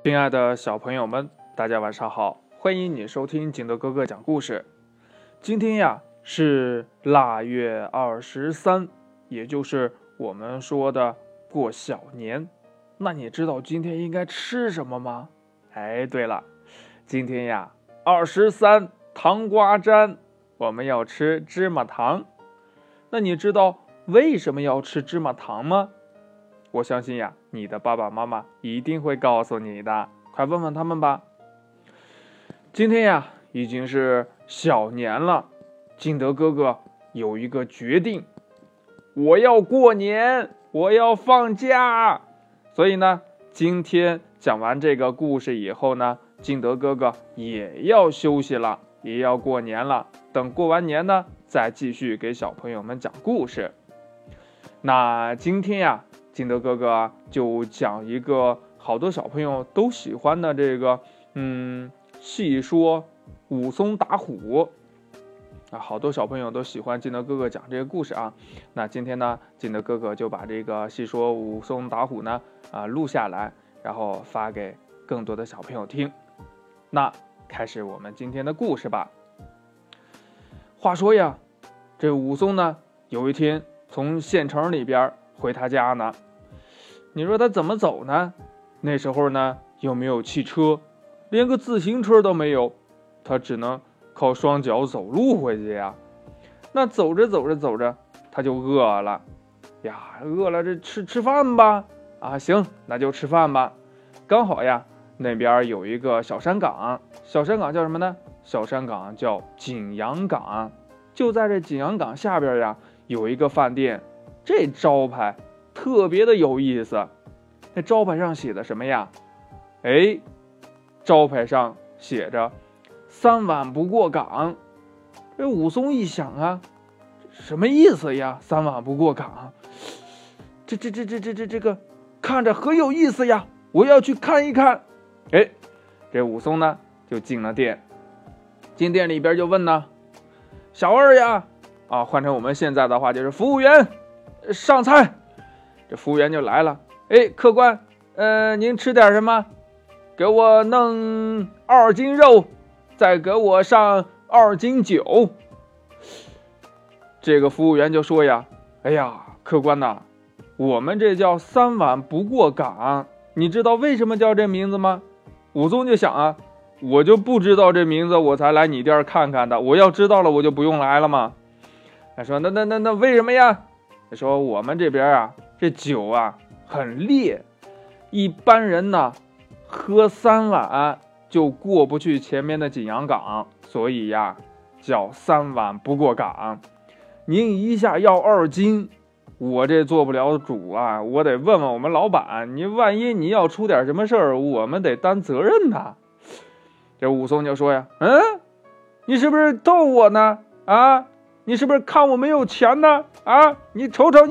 亲爱的小朋友们，大家晚上好，欢迎你收听景德哥哥讲故事。今天呀是腊月23，也就是我们说的过小年。那你知道今天应该吃什么吗？哎，对了，今天呀23糖瓜粘，我们要吃芝麻糖。那你知道为什么要吃芝麻糖吗？我相信呀，你的爸爸妈妈一定会告诉你的，快问问他们吧。今天呀，已经是小年了，金德哥哥有一个决定，我要过年，我要放假。所以呢，今天讲完这个故事以后呢，金德哥哥也要休息了，也要过年了。等过完年呢，再继续给小朋友们讲故事。那今天呀，金德哥哥就讲一个好多小朋友都喜欢的这个戏说武松打虎啊，好多小朋友都喜欢金德哥哥讲这个故事啊。那今天呢，金德哥哥就把这个戏说武松打虎呢录下来，然后发给更多的小朋友听。那开始我们今天的故事吧。话说呀，这武松呢有一天从县城里边回他家呢，你说他怎么走呢？那时候呢又没有汽车，连个自行车都没有，他只能靠双脚走路回去呀。那走着走着走着，他就饿了呀，饿了这吃饭吧。啊，行，那就吃饭吧。刚好呀，那边有一个小山岗，小山岗叫什么呢？小山岗叫景阳岗。就在这景阳岗下边呀，有一个饭店，这招牌特别的有意思。那招牌上写的什么呀？哎，招牌上写着3碗不过岗。这武松一想啊，什么意思呀？3碗不过岗，这个看着很有意思呀，我要去看一看。哎，这武松呢就进了店，进店里边就问呢，小二呀，啊，换成我们现在的话就是服务员，上菜。这服务员就来了，哎，客官，您吃点什么？给我弄2斤肉，再给我上2斤酒。这个服务员就说呀，哎呀，客官呐，我们这叫3碗不过岗，你知道为什么叫这名字吗？武松就想啊，我就不知道这名字，我才来你店看看的。我要知道了，我就不用来了嘛。他说那为什么呀？他说我们这边啊，这酒啊很烈，一般人呢喝3碗就过不去前面的景阳岗，所以呀叫3碗不过岗。您一下要2斤，我这做不了主啊，我得问问我们老板，你万一你要出点什么事儿，我们得担责任呐。这武松就说呀，你是不是逗我呢？啊，你是不是看我没有钱呢？啊，你瞅瞅。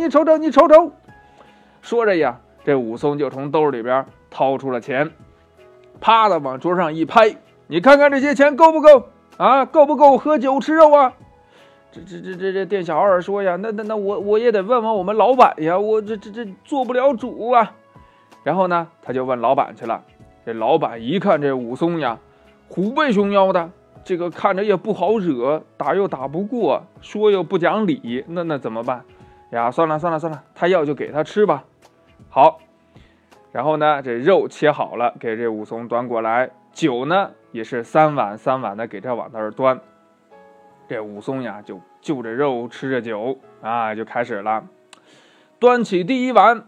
说着呀，这武松就从兜里边掏出了钱，啪的往桌上一拍，你看看这些钱够不够啊？够不够喝酒吃肉啊？这店小二说呀，那我也得问问我们老板呀，我这做不了主啊。然后呢，他就问老板去了。这老板一看这武松呀，虎背熊腰的，这个看着也不好惹，打又打不过，说又不讲理，那怎么办呀？算了，他要就给他吃吧。好，然后呢，这肉切好了，给这武松端过来，酒呢也是3碗的给他往那儿端。这武松呀就着肉吃着酒啊，就开始了。端起第1碗，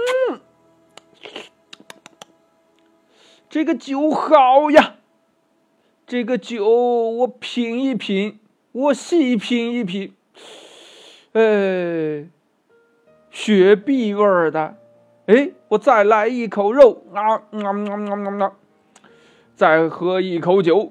这个酒好呀，这个酒我品一品，我细品一品，雪碧味儿的。哎，我再来一口肉啊，再喝一口酒，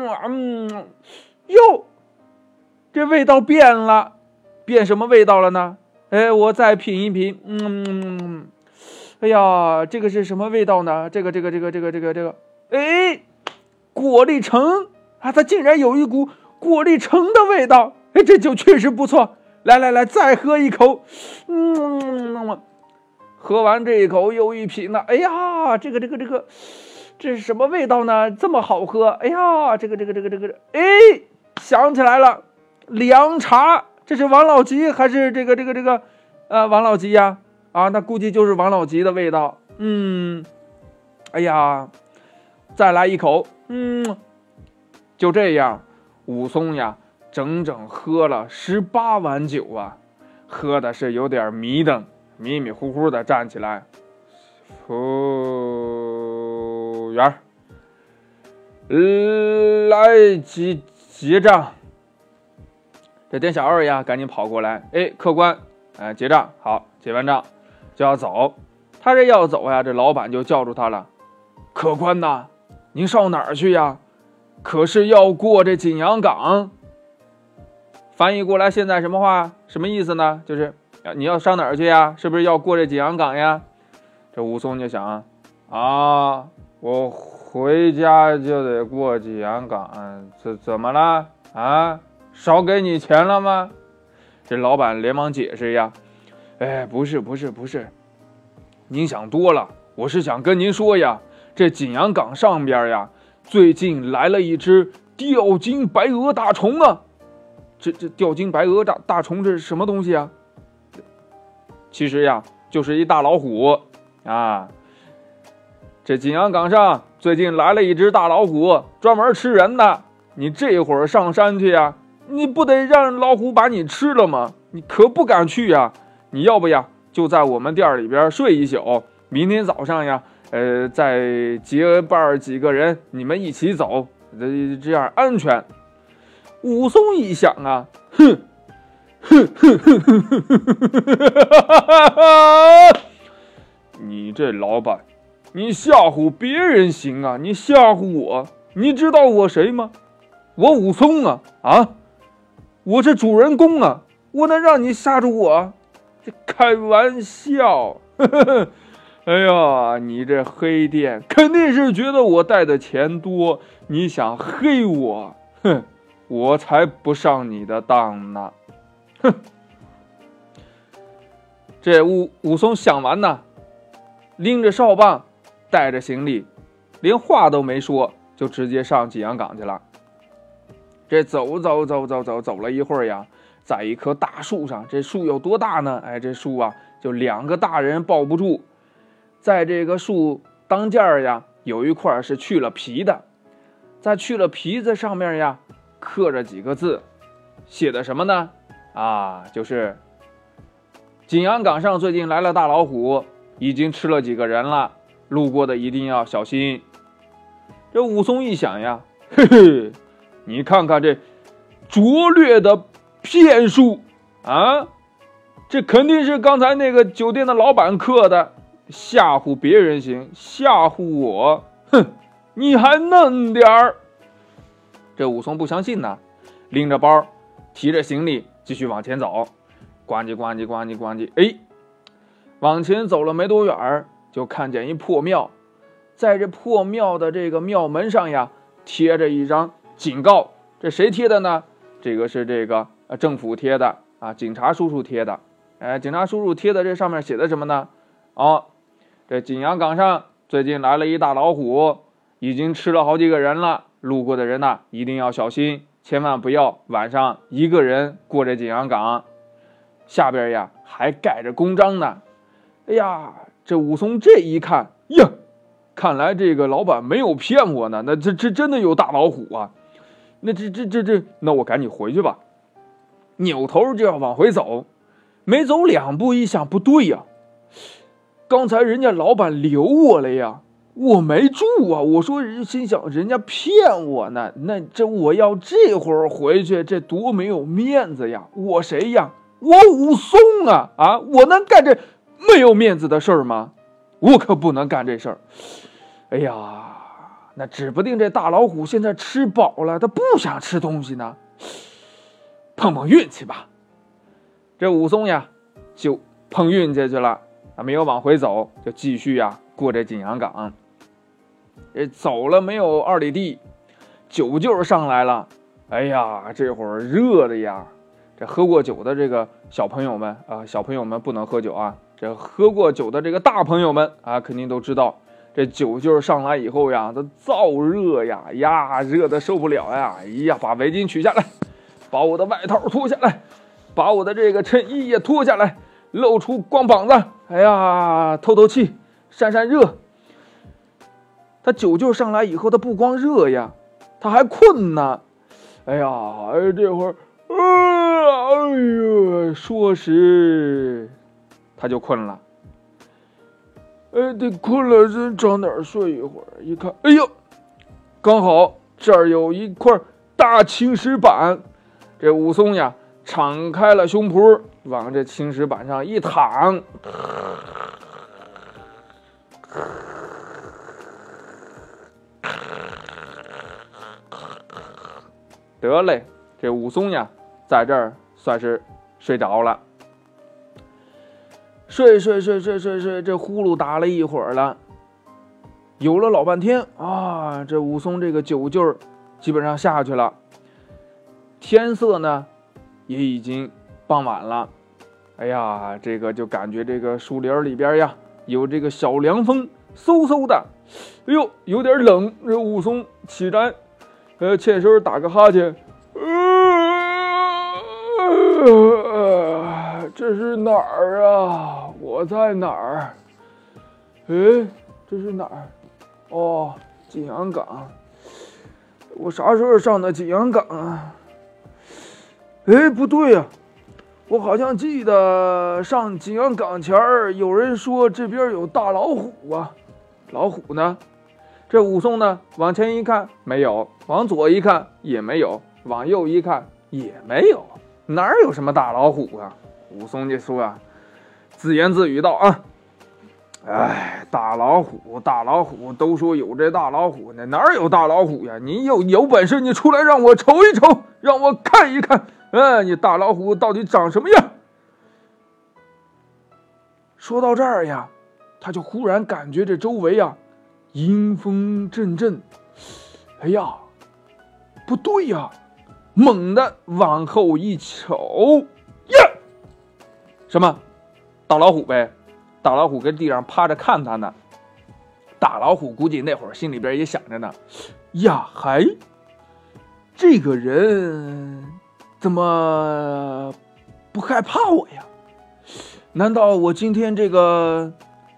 哟，这味道变了，变什么味道了呢？哎，我再品一品，哎呀，这个是什么味道呢？这个，哎，果粒橙啊，它竟然有一股果粒橙的味道，哎，这酒确实不错。来，再喝一口，喝完这一口又一品呢，哎呀，这个这是什么味道呢？这么好喝！哎呀，这个，哎，想起来了，凉茶。这是王老吉还是王老吉呀？啊，那估计就是王老吉的味道。哎呀，再来一口。就这样，武松呀，整整喝了18碗酒啊，喝的是有点迷瞪，迷迷糊糊的站起来。服务员，来结账。这店小二呀，赶紧跑过来，哎，客官，结账，好，结完账就要走。他这要走呀，这老板就叫住他了，客官呐，您上哪儿去呀？可是要过这景阳冈。翻译过来，现在什么话？什么意思呢？就是你要上哪儿去呀？是不是要过这景阳冈呀？这武松就想啊，我回家就得过景阳冈，怎么了啊？少给你钱了吗？这老板连忙解释呀，哎，不是，您想多了，我是想跟您说呀，这景阳冈上边呀，最近来了一只吊睛白额大虫啊。这吊睛白额大虫这是什么东西啊？其实呀，就是一大老虎啊。这景阳冈上最近来了一只大老虎，专门吃人的。你这会儿上山去呀，你不得让老虎把你吃了吗？你可不敢去呀。你要不呀，就在我们店里边睡一宿，明天早上呀，再结伴几个人，你们一起走，这样安全。武松一想啊，你这老板，你吓唬别人行啊，你吓唬我，你知道我谁吗？我武松啊，我这主人公啊，我能让你吓住我？这开玩笑。哎呀，你这黑店肯定是觉得我带的钱多，你想黑我，我才不上你的当呢。这武松想完呢，拎着哨棒，带着行李，连话都没说，就直接上景阳冈去了。这走了一会儿呀，在一棵大树上，这树有多大呢？哎，这树啊，就2个大人抱不住。在这个树当间呀，有一块是去了皮的，在去了皮子上面呀，刻着几个字，写的什么呢？就是景阳冈上最近来了大老虎，已经吃了几个人了，路过的一定要小心。这武松一想呀，嘿嘿，你看看这拙劣的骗术啊，这肯定是刚才那个酒店的老板刻的，吓唬别人行，吓唬我，你还嫩点儿。这武松不相信呢，拎着包，提着行李，继续往前走。呱唧，哎，往前走了没多远，就看见一破庙。在这破庙的这个庙门上呀，贴着一张警告。这谁贴的呢？这个是这个政府贴的啊，警察叔叔贴的。警察叔叔贴的这上面写的什么呢？这景阳冈上最近来了一大老虎，已经吃了好几个人了，路过的人呢，一定要小心，千万不要晚上一个人过这景阳冈。下边呀还盖着公章呢。哎呀，这武松这一看呀，看来这个老板没有骗我呢，那这真的有大老虎啊。那那我赶紧回去吧。扭头就要往回走，没走2步，一想不对呀，刚才人家老板留我了呀，我没住啊。我说心想人家骗我呢，那这我要这会儿回去，这多没有面子呀。我谁呀？我武松啊，我能干这没有面子的事儿吗？我可不能干这事儿。哎呀，那指不定这大老虎现在吃饱了，他不想吃东西呢。碰碰运气吧。这武松呀就碰运气去了，没有往回走，就继续呀过这景阳冈。这走了没有2里地，酒劲儿上来了。哎呀，这会儿热的呀，这喝过酒的这个小朋友们啊，小朋友们不能喝酒啊，这喝过酒的这个大朋友们啊，肯定都知道， 这酒劲儿上来以后呀，它燥热呀，热的受不了呀！哎呀，把围巾取下来，把我的外套脱下来，把我的这个衬衣也脱下来，露出光膀子。哎呀，透透气，散散热。他酒劲儿上来以后，他不光热呀，他还困呢。哎呀，这会儿，哎呀，说时他就困了。得困了，人找哪儿睡一会儿？一看，哎呦，刚好这儿有一块大青石板。这武松呀，敞开了胸脯，往这青石板上一躺，得嘞，这武松呀，在这儿算是睡着了。睡，这呼噜打了一会儿了，有了老半天啊，这武松这个酒劲儿基本上下去了。天色呢也已经傍晚了。哎呀，这个就感觉这个树林里边呀有这个小凉风，嗖嗖的，哎呦，有点冷。这武松起来，欠身打个哈欠，这是哪儿啊？我在哪儿？这是哪儿？哦，景阳冈。我啥时候上的景阳冈啊？不对呀，我好像记得上景阳冈前儿有人说这边有大老虎啊。老虎呢？这武松呢，往前一看没有，往左一看也没有，往右一看也没有，哪有什么大老虎啊？武松就说啊，自言自语道啊，大老虎都说有这大老虎呢，哪有大老虎呀？你有本事你出来让我瞅一瞅，让我看一看，你大老虎到底长什么样？说到这儿呀，他就忽然感觉这周围啊阴风阵阵。哎呀，不对呀，猛地往后一瞅呀，什么？大老虎呗！大老虎跟地上趴着看他呢。大老虎估计那会儿心里边也想着呢，呀嗨，这个人怎么不害怕我呀？难道我今天这个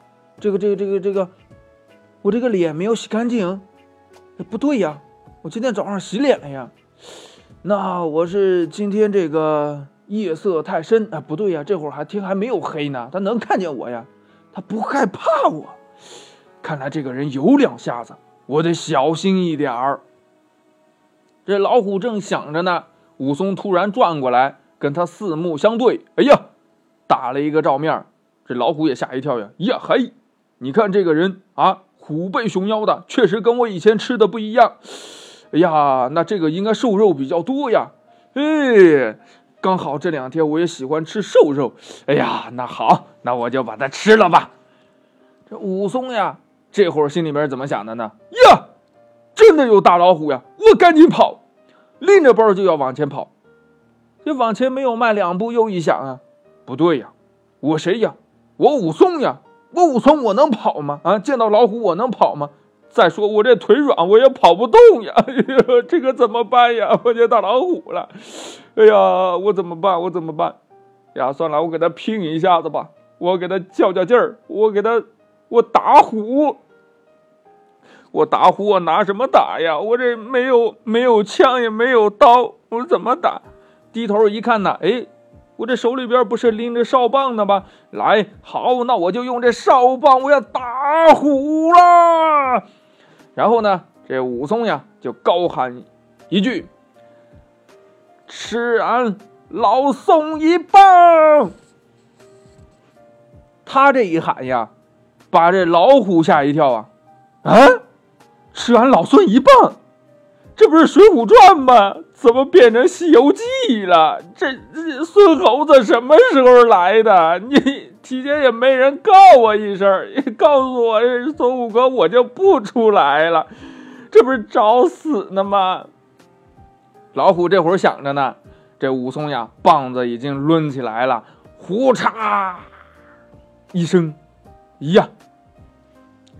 我这个脸没有洗干净？不对呀，我今天早上洗脸了呀。那我是今天这个夜色太深啊？不对呀，这会儿天还没有黑呢，他能看见我呀，他不害怕我。看来这个人有两下子，我得小心一点儿。这老虎正想着呢，武松突然转过来跟他四目相对，哎呀，打了一个照面。这老虎也吓一跳呀，呀嘿，你看这个人啊，虎背熊腰的，确实跟我以前吃的不一样。哎呀，那这个应该瘦肉比较多呀。刚好这两天我也喜欢吃瘦肉。哎呀，那好，那我就把它吃了吧。这武松呀，这会儿心里边怎么想的呢？呀，真的有大老虎呀！我赶紧跑，拎着包就要往前跑。这往前没有迈两步，又一想啊，不对呀，我谁呀？我武松呀！我武松我能跑吗？啊，见到老虎我能跑吗？再说我这腿软，我也跑不动呀！哎呀，这个怎么办呀？我见大老虎了！哎呀，我怎么办？我怎么办？呀，算了，我给他拼一下子吧，我给他较劲儿，我打虎。我打虎，我拿什么打呀？我这没有枪，也没有刀，我怎么打？低头一看呢，我这手里边不是拎着哨棒呢吗？来，好，那我就用这哨棒，我要打虎了。然后呢，这武松呀就高喊一句：“吃俺老宋一棒！”他这一喊呀，把这老虎吓一跳啊！吃俺老孙一棒，这不是《水浒传》吗？怎么变成《西游记》了？这孙猴子什么时候来的？你提前也没人告我一声，告诉我孙悟空，我就不出来了，这不是找死呢吗？老虎这会儿想着呢，这武松呀，棒子已经抡起来了，呼嚓一声，呀，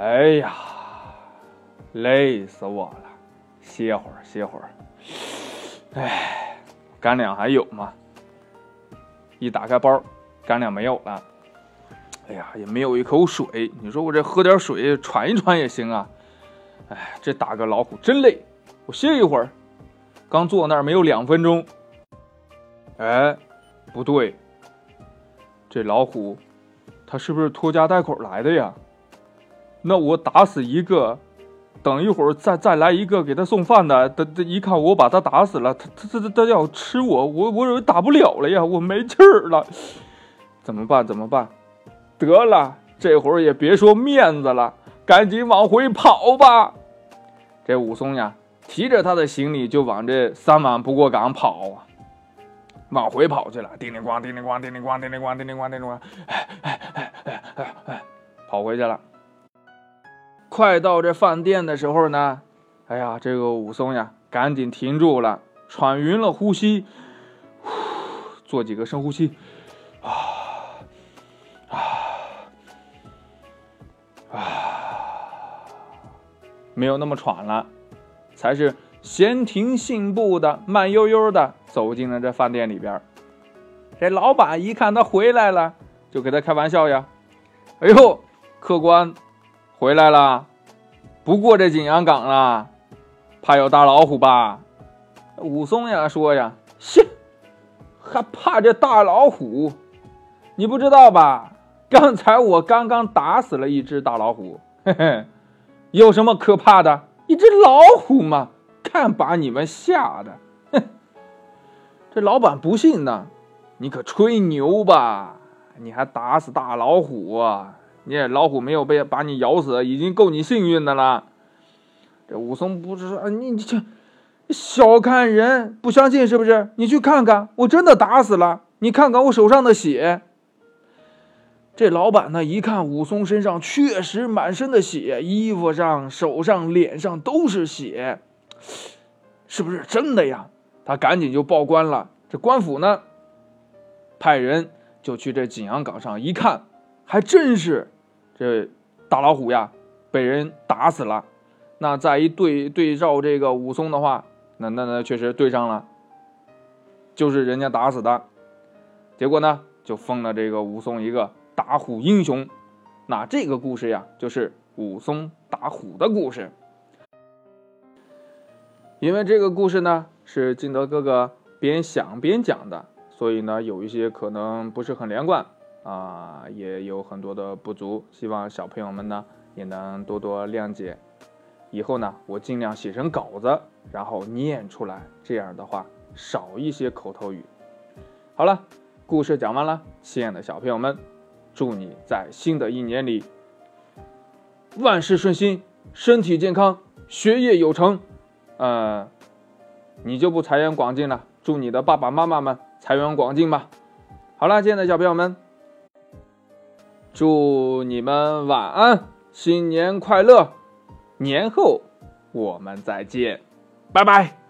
哎呀，累死我了，歇会儿歇会儿。哎，干粮还有吗？一打开包，干粮没有了。哎呀，也没有一口水。你说我这喝点水喘一喘也行啊。哎，这打个老虎真累，我歇一会儿。刚坐那儿没有2分钟。哎，不对，这老虎它是不是拖家带口来的呀？那我打死一个，等一会儿再来一个给他送饭的，他一看我把他打死了，他要吃我打不了了呀，我没气儿了，怎么办？得了，这会儿也别说面子了，赶紧往回跑吧。这武松呀，提着他的行李就往这3碗不过岗跑啊，往回跑去了，叮铃咣，叮铃咣，叮铃咣，叮铃咣，叮铃咣，叮铃咣，跑回去了。快到这饭店的时候呢，哎呀，这个武松呀，赶紧停住了，喘匀了呼吸，做几个深呼吸，没有那么喘了，才是闲庭信步的慢悠悠的走进了这饭店里边。这老板一看他回来了，就给他开玩笑呀，哎呦，客官回来了，不过这景阳岗了，怕有大老虎吧？武松呀说呀，切，还怕这大老虎？你不知道吧？刚才我刚刚打死了一只大老虎，嘿嘿，有什么可怕的？一只老虎嘛，看把你们吓的！哼，这老板不信呢，你可吹牛吧？你还打死大老虎啊？你老虎没有把你咬死，已经够你幸运的了。这武松不是说你这小看人，不相信是不是？你去看看，我真的打死了，你看看我手上的血。这老板呢，一看武松身上确实满身的血，衣服上、手上、脸上都是血，是不是真的呀？他赶紧就报官了。这官府呢，派人就去这景阳岗上一看，还真是这大老虎呀被人打死了。那再一对照这个武松的话，那确实对上了，就是人家打死的。结果呢，就封了这个武松一个打虎英雄。那这个故事呀，就是武松打虎的故事。因为这个故事呢是金德哥哥边想边讲的，所以呢有一些可能不是很连贯啊，也有很多的不足，希望小朋友们呢也能多多谅解。以后呢我尽量写成稿子，然后念出来，这样的话少一些口头语。好了，故事讲完了，亲爱的小朋友们，祝你在新的一年里万事顺心，身体健康，学业有成。你就不财源广进了，祝你的爸爸妈妈们财源广进吧。好了，亲爱的小朋友们，祝你们晚安，新年快乐，年后我们再见，拜拜。